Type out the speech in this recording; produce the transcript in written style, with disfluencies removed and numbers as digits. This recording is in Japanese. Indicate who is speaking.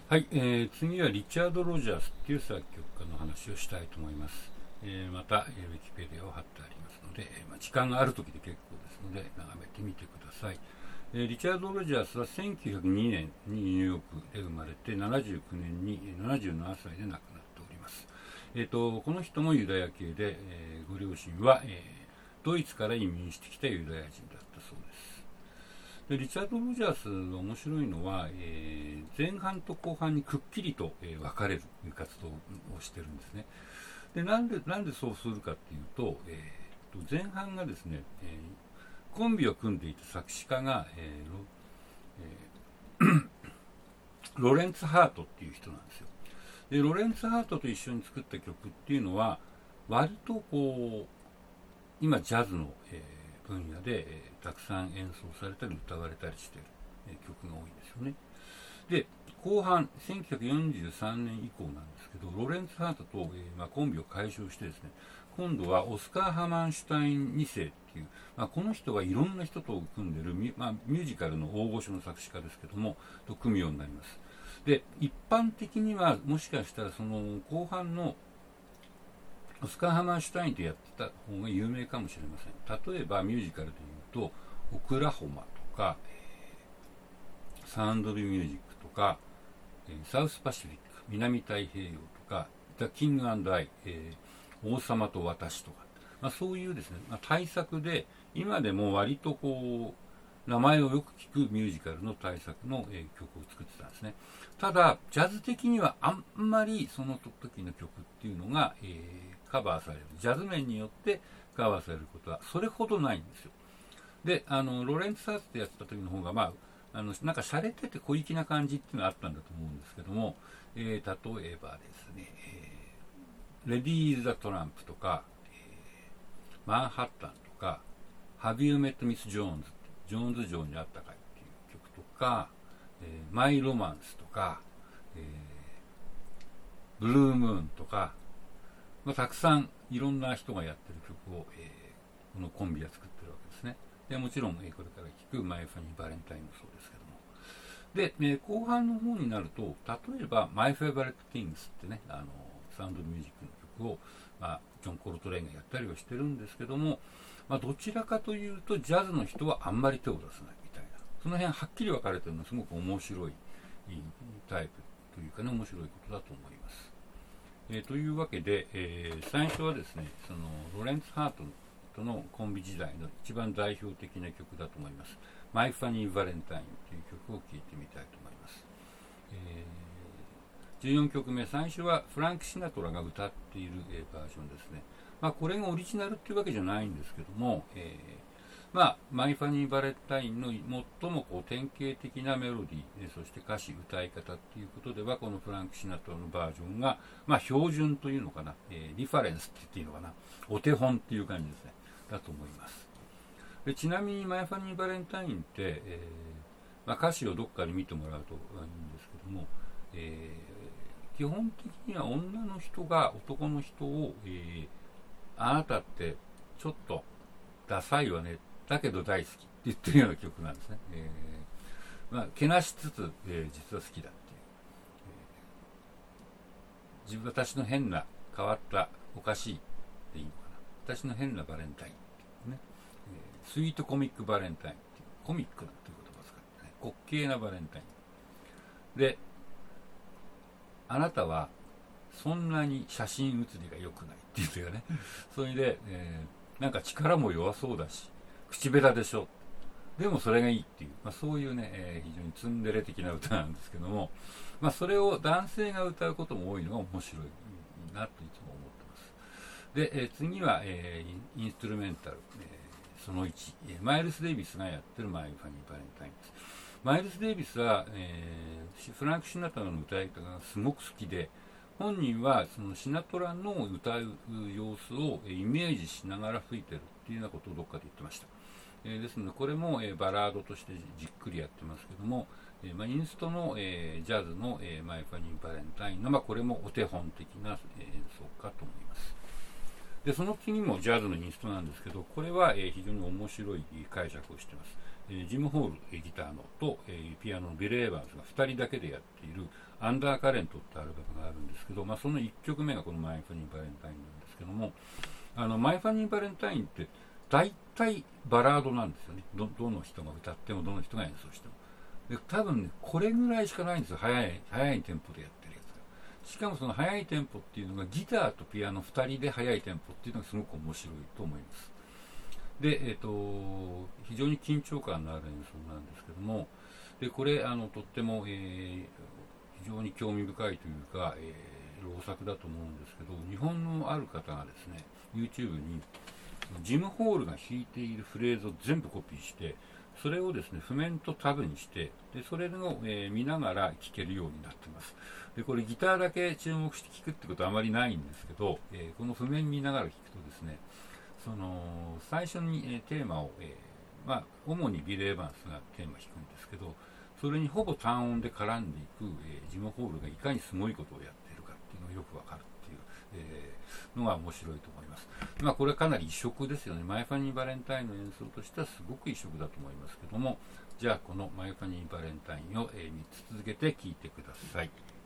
Speaker 1: はい、次はリチャード・ロジャースっていう作曲家の話をしたいと思います。また、ウィキペディアを貼ってありますので、時間がある時で結構ですので眺めてみてください。リチャード・ロジャースは1902年にニューヨークで生まれて79年に77歳で亡くなっております。この人もユダヤ系で、ご両親は、ドイツから移民してきたユダヤ人だったそうです。でリチャード・ロジャースの面白いのは、前半と後半にくっきりと、分かれる活動をしてるんですね。でなんでそうするかっていうと、前半がですね、コンビを組んでいた作詞家が、ロレンツ・ハートっていう人なんですよ。でロレンツ・ハートと一緒に作った曲っていうのは割とこう今ジャズの、分野で、たくさん演奏されたり歌われたりしている、曲が多いんですよね。で後半1943年以降なんですけどロレンツ・ハートと、コンビを解消してですね、今度はオスカー・ハマンシュタイン2世っていう、この人はいろんな人と組んでるミュージカルの大御所の作詞家ですけどもと組むようになります。で一般的にはもしかしたらその後半のオスカー・ハマーシュタインとやってた方が有名かもしれません。例えばミュージカルでいうとオクラホマとか、サウンド・オブ・ミュージックとか、サウス・パシフィック南太平洋とかザ・キング・アンド・アイ、王様と私とか、そういうですね、大作で今でも割とこう名前をよく聞くミュージカルの大作の、曲を作ってたんですね。ただジャズ的にはあんまりその時の曲っていうのが、カバーされるジャズ面によってカバーされることはそれほどないんですよ。でロレンツ・ハーツでやってた時の方がなんか洒落てて小粋な感じっていうのはあったんだと思うんですけども、例えばですね、レディー・ザ・トランプとか、マンハッタンとか、Have You Met Miss Jones ジョーンズ城にあったかいっていう曲とか、マイ・ロマンスとか、ブルームーンとか、たくさんいろんな人がやってる曲を、このコンビは作ってるわけですね。でもちろん、これから聴くマイ・ファニー・バレンタインもそうですけども。で、後半の方になると例えばマイ・フェイバレット・ティングスってね、サウンドミュージックの曲を、ジョン・コルトレーンがやったりはしてるんですけども、どちらかというとジャズの人はあんまり手を出さないみたいな、その辺はっきり分かれてるのはすごく面白いタイプというかね、面白いことだと思います。というわけで、最初はですね、そのロレンツ・ハートとのコンビ時代の一番代表的な曲だと思います。マイ・ファニー・バレンタインという曲を聴いてみたいと思います。14曲目、最初はフランク・シナトラが歌っている、バージョンですね。これがオリジナルっていうわけじゃないんですけども、マイ・ファニー・バレンタインの最もこう典型的なメロディー、そして歌詞歌い方っていうことではこのフランク・シナトラのバージョンが、標準というのかな、リファレンスって言っていいのかな、お手本っていう感じですね、だと思います。でちなみにマイ・ファニー・バレンタインって、歌詞をどっかで見てもらうといいんですけども、基本的には女の人が男の人を、あなたってちょっとダサいわねだけど大好きって言ってるような曲なんですね。けなしつつ、実は好きだっていう、私の変な変わったおかしいでいいのかな、私の変なバレンタインっていうね、スイートコミックバレンタインっていうコミックなという言葉を使ってね、滑稽なバレンタインで、あなたはそんなに写真写りが良くないっていうかね、それで、なんか力も弱そうだし口下手でしょ、でもそれがいいっていう、そういうね、非常にツンデレ的な歌なんですけども、それを男性が歌うことも多いのが面白いなといつも思ってます。で、次は、インストゥルメンタル、その1、マイルス・デイビスがやってるマイ・ファニー・バレンタインです。マイルス・デイビスは、フランク・シナトラの歌い方がすごく好きで、本人はそのシナトラの歌う様子をイメージしながら吹いてるっていうようなことをどっかで言ってました。ですのでこれも、バラードとしてじっくりやってますけども、インストの、ジャズの、マイ・ファニー・バレンタインの、これもお手本的な、演奏かと思います。でその次もジャズのインストなんですけど、これは、非常に面白い解釈をしています。ジム・ホールギターのと、ピアノのビル・エヴァンスが2人だけでやっているアンダーカレントってアルバムがあるんですけど、その1曲目がこのマイファニーバレンタインなんですけども、マイファニーバレンタインって大体バラードなんですよね。どの人が歌ってもどの人が演奏しても。で多分ね、これぐらいしかないんですよ。速いテンポでやってるやつが。しかもその速いテンポっていうのがギターとピアノ2人で速いテンポっていうのがすごく面白いと思います。で、非常に緊張感のある演奏なんですけども、でこれとっても、非常に興味深いというか、老作だと思うんですけど、日本のある方がですね YouTube にジム・ホールが弾いているフレーズを全部コピーして、それをですね譜面とタブにして、でそれを、見ながら聴けるようになってます。でこれギターだけ注目して聴くってことはあまりないんですけど、この譜面見ながら聴くとですね、その最初に、テーマを、主にビル・エヴァンスがテーマ弾くんですけど、それにほぼ単音で絡んでいく、ジム・ホールがいかにすごいことをやっているかっていうのがよくわかるっていう、のが面白いと思います。これはかなり異色ですよね。マイファニー・バレンタインの演奏としてはすごく異色だと思いますけども、じゃあこのマイファニー・バレンタインを、3つ続けて聴いてください。